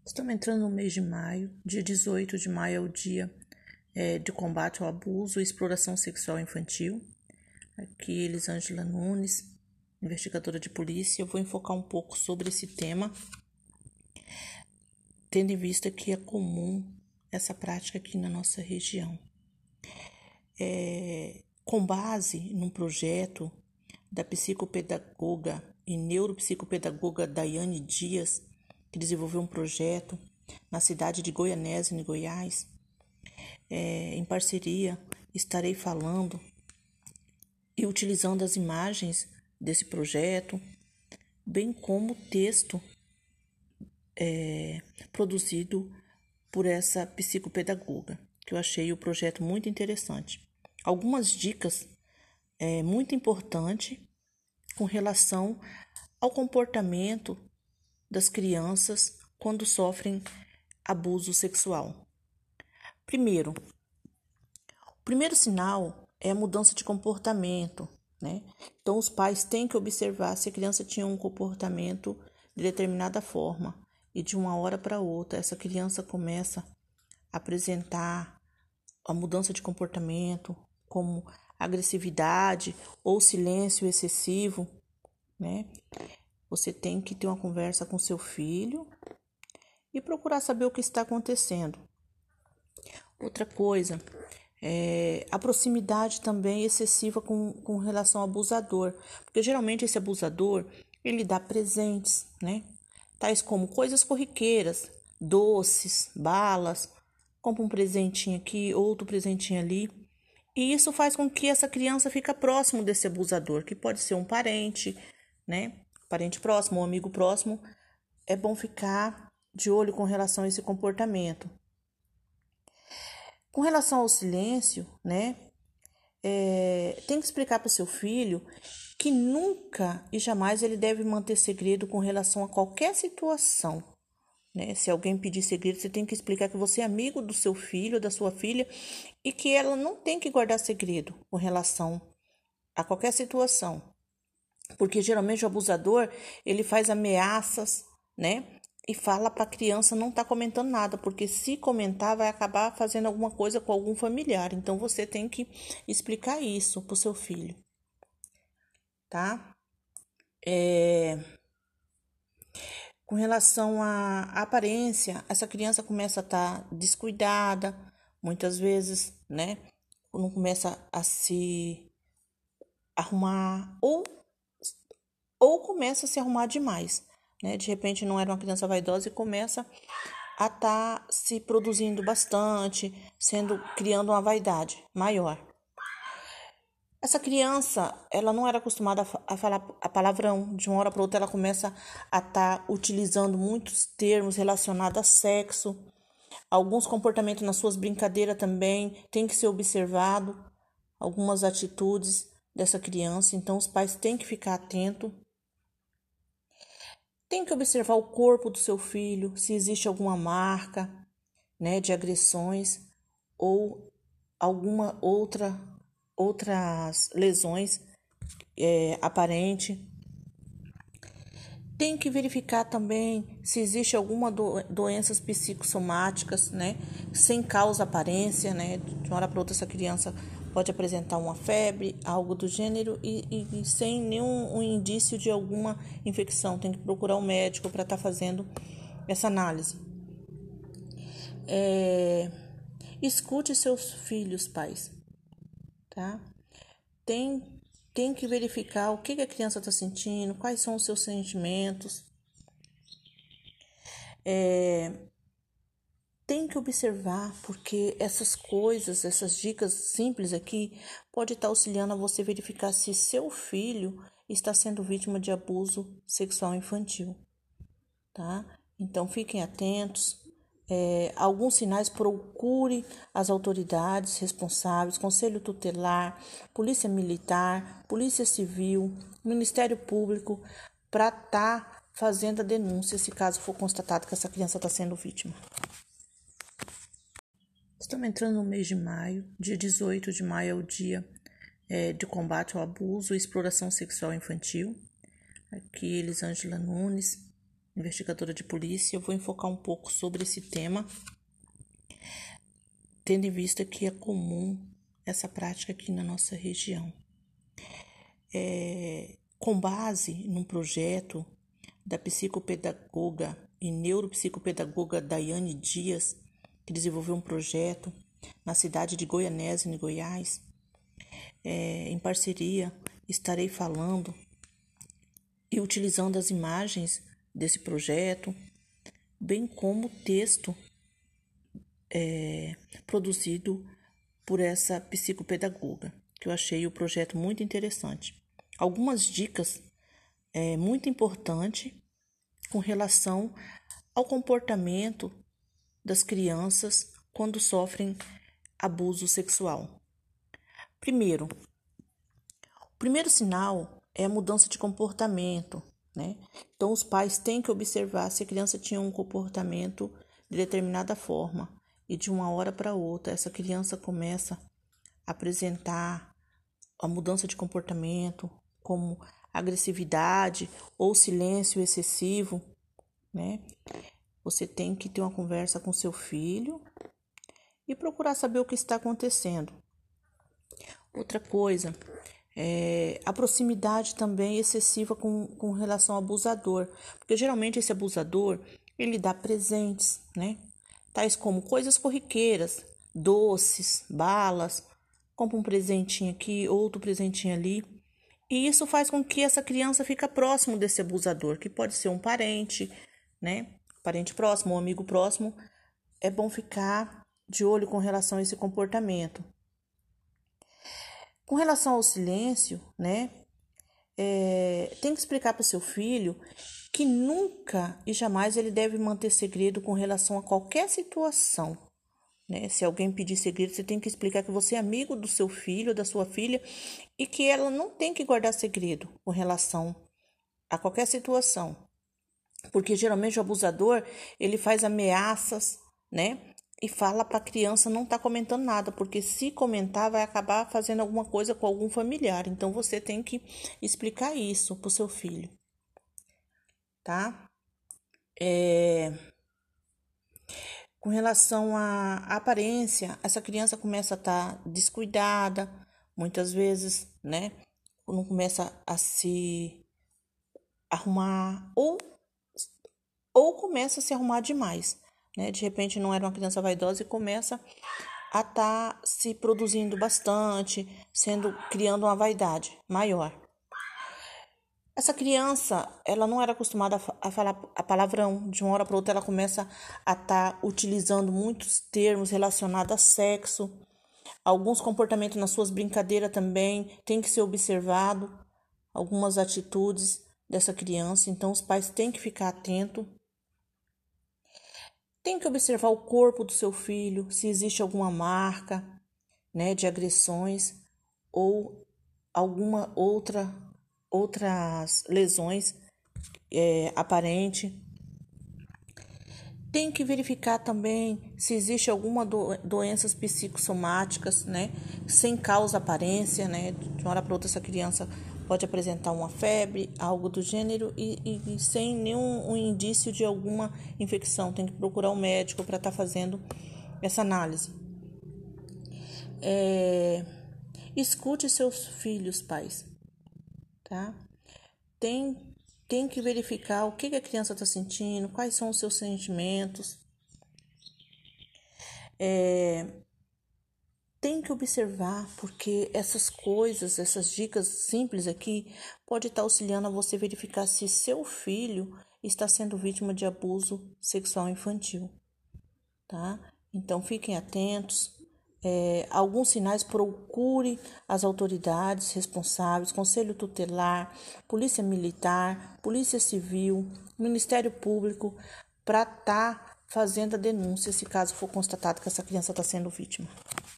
Estamos entrando no mês de maio. Dia 18 de maio é o dia de combate ao abuso e exploração sexual infantil. Aqui, Elisângela Nunes, investigadora de polícia. Eu vou enfocar um pouco sobre esse tema, tendo em vista que é comum essa prática aqui na nossa região. Com base num projeto da psicopedagoga e neuropsicopedagoga Daiane Dias, que desenvolveu um projeto na cidade de Goianésia, em Goiás. Em parceria, estarei falando e utilizando as imagens desse projeto, bem como o texto produzido por essa psicopedagoga, que eu achei o projeto muito interessante. Algumas dicas muito importantes com relação ao comportamento das crianças quando sofrem abuso sexual. Primeiro, o primeiro sinal é a mudança de comportamento, né? Então, os pais têm que observar se a criança tinha um comportamento de determinada forma e de uma hora para outra essa criança começa a apresentar a mudança de comportamento, como agressividade ou silêncio excessivo, né? Você tem que ter uma conversa com seu filho e procurar saber o que está acontecendo. Outra coisa, a proximidade também excessiva com relação ao abusador, porque geralmente esse abusador, ele dá presentes, né? Tais como coisas corriqueiras, doces, balas, compra um presentinho aqui, outro presentinho ali, e isso faz com que essa criança fique próximo desse abusador, que pode ser um parente, né? Parente próximo, um amigo próximo. É bom ficar de olho com relação a esse comportamento. Com relação ao silêncio, né? Tem que explicar para o seu filho que nunca e jamais ele deve manter segredo com relação a qualquer situação, né? Se alguém pedir segredo, você tem que explicar que você é amigo do seu filho, da sua filha, e que ela não tem que guardar segredo com relação a qualquer situação. Porque geralmente o abusador, ele faz ameaças, né? E fala para a criança não estar comentando nada, porque se comentar vai acabar fazendo alguma coisa com algum familiar. Então você tem que explicar isso para o seu filho, tá? Com relação à aparência, essa criança começa a estar descuidada, muitas vezes, né? Não começa a se arrumar ou começa a se arrumar demais, né? De repente não era uma criança vaidosa e começa a estar se produzindo bastante, criando uma vaidade maior. Essa criança, ela não era acostumada a falar a palavrão. De uma hora para outra, ela começa a estar utilizando muitos termos relacionados a sexo. Alguns comportamentos nas suas brincadeiras também tem que ser observado. Algumas atitudes dessa criança. Então, os pais têm que ficar atentos. Tem que observar o corpo do seu filho, se existe alguma marca, né, de agressões ou alguma outras lesões aparentes. Tem que verificar também se existe alguma doenças psicossomáticas, né, sem causa aparência, né, de uma hora para outra essa criança pode apresentar uma febre, algo do gênero e sem nenhum indício de alguma infecção. Tem que procurar um médico para estar fazendo essa análise. Escute seus filhos, pais, tá? Tem que verificar o que a criança está sentindo, quais são os seus sentimentos. Tem que observar, porque essas coisas, essas dicas simples aqui, pode estar auxiliando a você verificar se seu filho está sendo vítima de abuso sexual infantil, tá? Então, fiquem atentos. Alguns sinais, procure as autoridades responsáveis, Conselho Tutelar, Polícia Militar, Polícia Civil, Ministério Público, para estar fazendo a denúncia se caso for constatado que essa criança está sendo vítima. Estamos entrando no mês de maio. Dia 18 de maio é o dia de combate ao abuso e exploração sexual infantil. Aqui, Elisângela Nunes, investigadora de polícia. Eu vou enfocar um pouco sobre esse tema, tendo em vista que é comum essa prática aqui na nossa região. Com base num projeto da psicopedagoga e neuropsicopedagoga Daiane Dias, que desenvolveu um projeto na cidade de Goianésia, em Goiás, em parceria, estarei falando e utilizando as imagens desse projeto, bem como o texto produzido por essa psicopedagoga, que eu achei o projeto muito interessante. Algumas dicas muito importantes com relação ao comportamento das crianças quando sofrem abuso sexual. Primeiro, o primeiro sinal é a mudança de comportamento, né? Então, os pais têm que observar se a criança tinha um comportamento de determinada forma e de uma hora para outra essa criança começa a apresentar a mudança de comportamento, como agressividade ou silêncio excessivo, né? Você tem que ter uma conversa com seu filho e procurar saber o que está acontecendo. Outra coisa, a proximidade também excessiva com relação ao abusador, porque geralmente esse abusador, ele dá presentes, né? Tais como coisas corriqueiras, doces, balas, compra um presentinho aqui, outro presentinho ali, e isso faz com que essa criança fique próximo desse abusador, que pode ser um parente, né? Parente próximo, um amigo próximo. É bom ficar de olho com relação a esse comportamento. Com relação ao silêncio, né? Tem que explicar para o seu filho que nunca e jamais ele deve manter segredo com relação a qualquer situação, né? Se alguém pedir segredo, você tem que explicar que você é amigo do seu filho, da sua filha, e que ela não tem que guardar segredo com relação a qualquer situação. Porque geralmente o abusador, ele faz ameaças, né? E fala para a criança não estar comentando nada, porque se comentar vai acabar fazendo alguma coisa com algum familiar. Então você tem que explicar isso para o seu filho, tá? Com relação à aparência, essa criança começa a estar descuidada, muitas vezes, né? Não começa a se arrumar ou começa a se arrumar demais, né? De repente não era uma criança vaidosa e começa a estar se produzindo bastante, criando uma vaidade maior. Essa criança, ela não era acostumada a falar a palavrão. De uma hora para outra, ela começa a estar utilizando muitos termos relacionados a sexo. Alguns comportamentos nas suas brincadeiras também tem que ser observado. Algumas atitudes dessa criança. Então, os pais têm que ficar atentos. Tem que observar o corpo do seu filho, se existe alguma marca, né, de agressões ou alguma outras lesões aparentes. Tem que verificar também se existe alguma doenças psicossomáticas, né, sem causa aparência, né, de uma hora para outra essa criança pode apresentar uma febre, algo do gênero e sem nenhum indício de alguma infecção. Tem que procurar um médico para estar fazendo essa análise. Escute seus filhos, pais, tá? Tem que verificar o que a criança está sentindo, quais são os seus sentimentos. Tem que observar, porque essas coisas, essas dicas simples aqui, pode estar auxiliando a você verificar se seu filho está sendo vítima de abuso sexual infantil, tá? Então, fiquem atentos. Alguns sinais, procure as autoridades responsáveis, Conselho Tutelar, Polícia Militar, Polícia Civil, Ministério Público, para estar fazendo a denúncia se caso for constatado que essa criança está sendo vítima.